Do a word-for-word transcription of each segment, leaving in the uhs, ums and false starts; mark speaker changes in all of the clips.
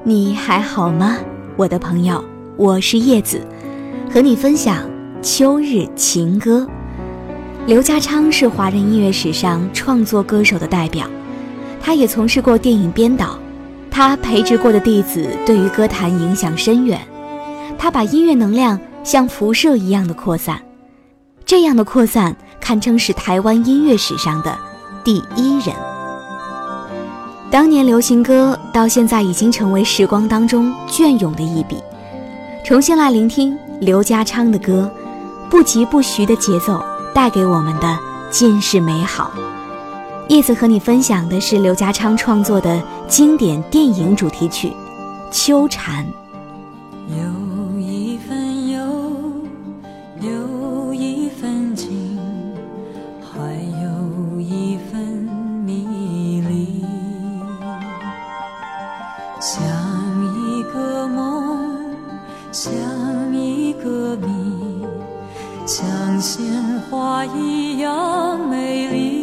Speaker 1: 你还好吗，我的朋友？我是叶子，和你分享秋日情歌。刘家昌是华人音乐史上创作歌手的代表，他也从事过电影编导，他培植过的弟子对于歌坛影响深远，他把音乐能量像辐射一样的扩散，这样的扩散堪称是台湾音乐史上的第一人。当年流行歌到现在已经成为时光当中隽永的一笔，重新来聆听刘家昌的歌，不疾不徐的节奏带给我们的尽是美好。叶子和你分享的是刘家昌创作的经典电影主题曲《秋蝉》。
Speaker 2: 有一份忧，有一份情，还有一份迷离，像一个梦，像一个谜，像鲜花一样美丽。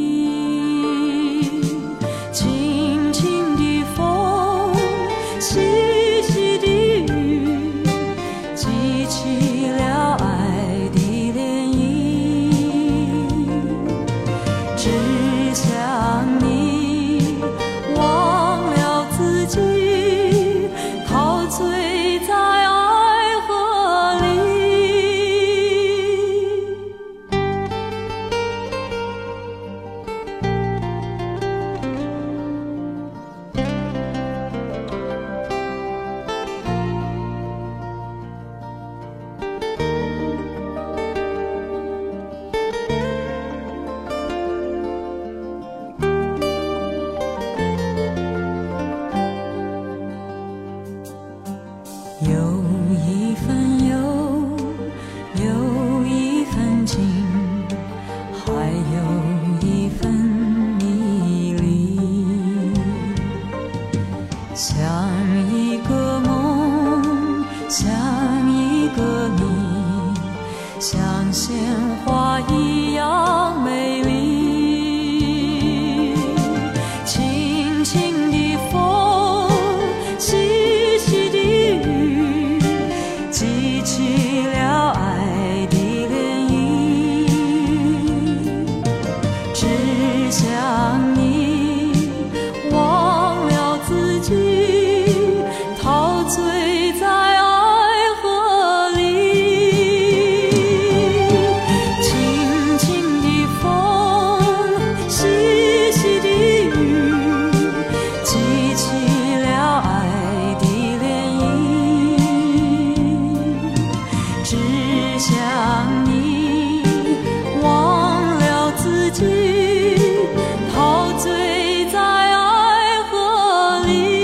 Speaker 2: 轻轻的风，细细的雨，激起了爱的涟漪。只想你忘了自己，陶醉在爱河里。有一份忧，有一份情，还有一份迷离，像一个梦，像一个谜，像鲜花一样美丽。轻轻的风，细细的雨，激起了爱的涟漪。只想你忘了自己，陶醉在爱河里。轻轻的风，细细的雨，激起了爱的涟漪。只想你忘了自己，陶醉在爱河里。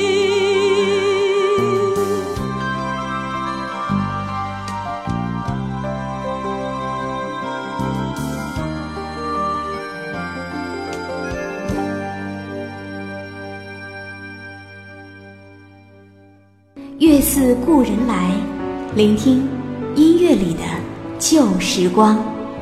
Speaker 1: 月似故人来，聆听音乐里的旧时光。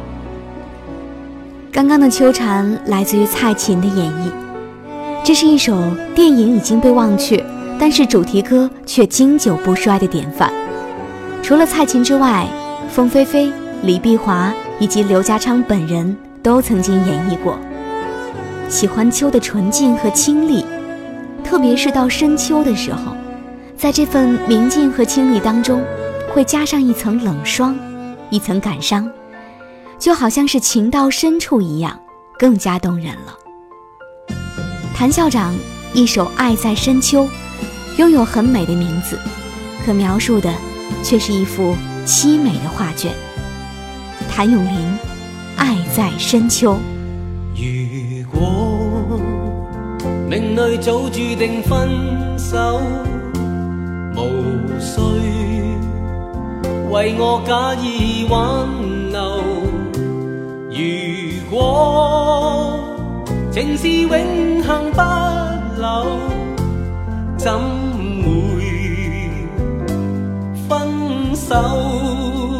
Speaker 1: 刚刚的秋蝉来自于蔡琴的演绎，这是一首电影已经被忘却，但是主题歌却经久不衰的典范。除了蔡琴之外，凤飞飞、李碧华以及刘家昌本人都曾经演绎过。喜欢秋的纯净和清丽，特别是到深秋的时候，在这份明净和清丽当中，会加上一层冷霜，一层感伤，就好像是情到深处一样，更加动人了。谭校长一首《爱在深秋》，拥有很美的名字，可描述的却是一幅凄美的画卷。谭咏麟，《爱在深秋》。
Speaker 3: 如果命里早注定分手，無需為我假意挽留。如果情是永恆不朽，怎會分手？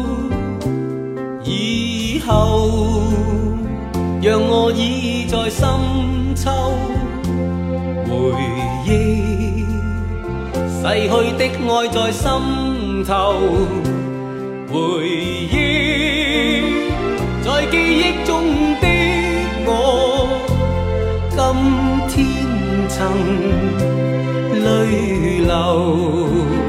Speaker 3: 以後讓我倚在深秋，回憶逝去的愛在心頭，回憶在記憶中的我，今天曾淚流。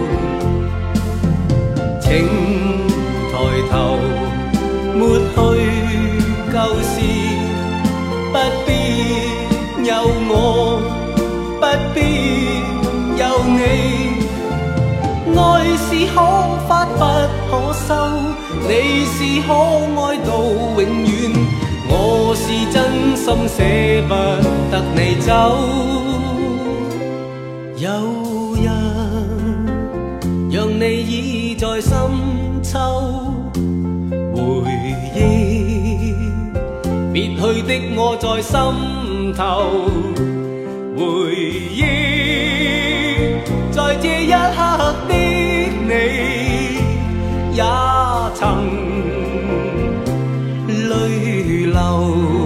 Speaker 3: 請抬頭，抹去舊事，不必有我，不必有你。愛是可發不可收，你是可愛到永遠，我是真心捨不得你走。有人讓你倚在深秋，回憶別去的我在心頭，回憶在這一刻的你也曾淚流。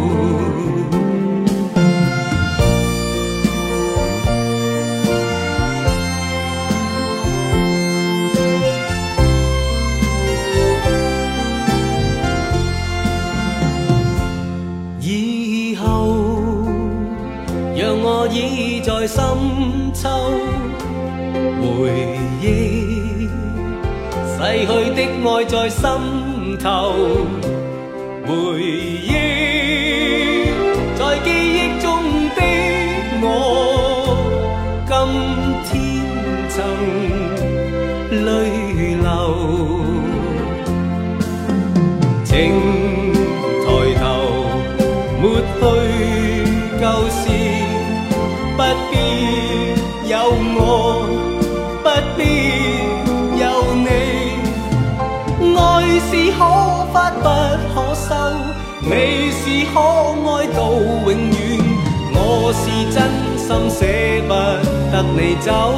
Speaker 3: 以後讓我倚在深秋，回憶逝去的愛在心頭，回憶在記憶中的我，今天曾淚流。請抬頭，抹去舊事，不必有我，不必有你。愛是可發不可收，你是可愛到永遠，我是真心捨不得你走。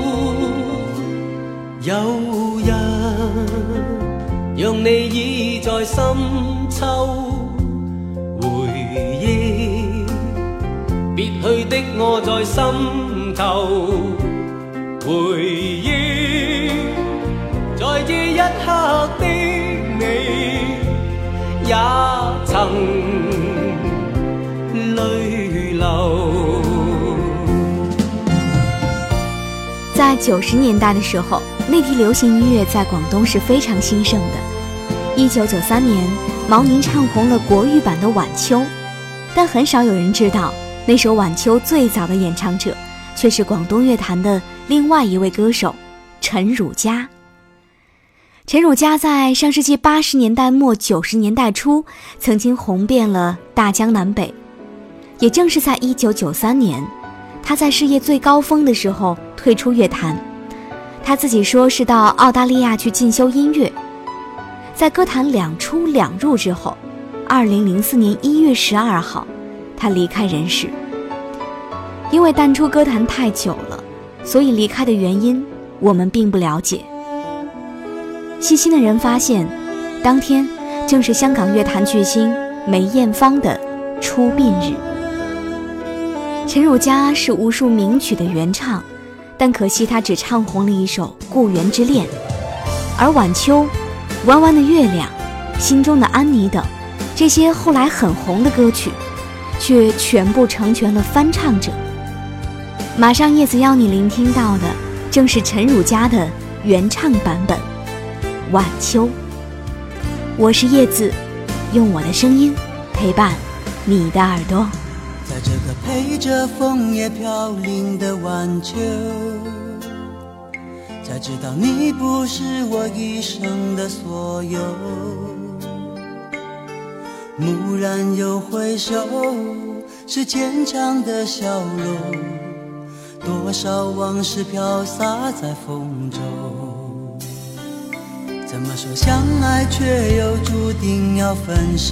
Speaker 3: 有人讓你倚在深秋，回憶別去的我在心頭，回憶在這一刻的你也曾淚流。
Speaker 1: 在九十年代的时候，内地流行音乐在广东是非常兴盛的。一九九三年，毛宁唱红了国语版的《晚秋》，但很少有人知道，那首《晚秋》最早的演唱者却是广东乐坛的另外一位歌手陈汝佳。陈汝佳在上世纪八十年代末九十年代初曾经红遍了大江南北，也正是在一九九三年，他在事业最高峰的时候退出乐坛。他自己说是到澳大利亚去进修音乐。在歌坛两出两入之后，二零零四年一月十二号，他离开人世。因为淡出歌坛太久了，所以离开的原因我们并不了解。细心的人发现，当天正是香港乐坛巨星梅艳芳的出殡日。陈汝佳是无数名曲的原唱，但可惜他只唱红了一首《故园之恋》，而《晚秋》、弯弯的月亮、心中的安妮等这些后来很红的歌曲，却全部成全了翻唱者。马上叶子要你聆听到的正是陈汝佳的原唱版本《晚秋》。我是叶子，用我的声音陪伴你的耳朵。
Speaker 4: 在这个陪着枫叶飘零的晚秋，才知道你不是我一生的所有。蓦然又回首，是坚强的笑容，多少往事飘洒在风中。怎么说相爱却又注定要分手？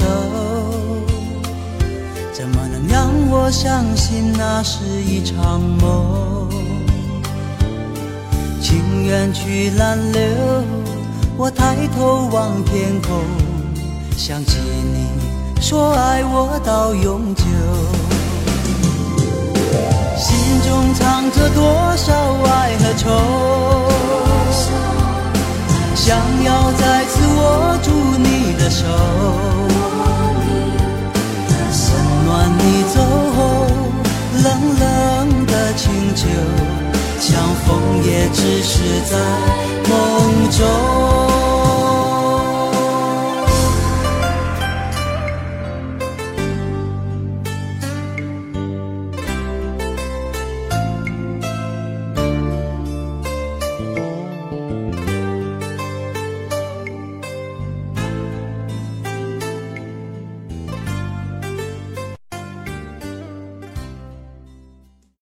Speaker 4: 怎么能让我相信那是一场梦？情缘去难留，我抬头望天空，想起你说爱我到永久。心中藏着多少爱和愁， 在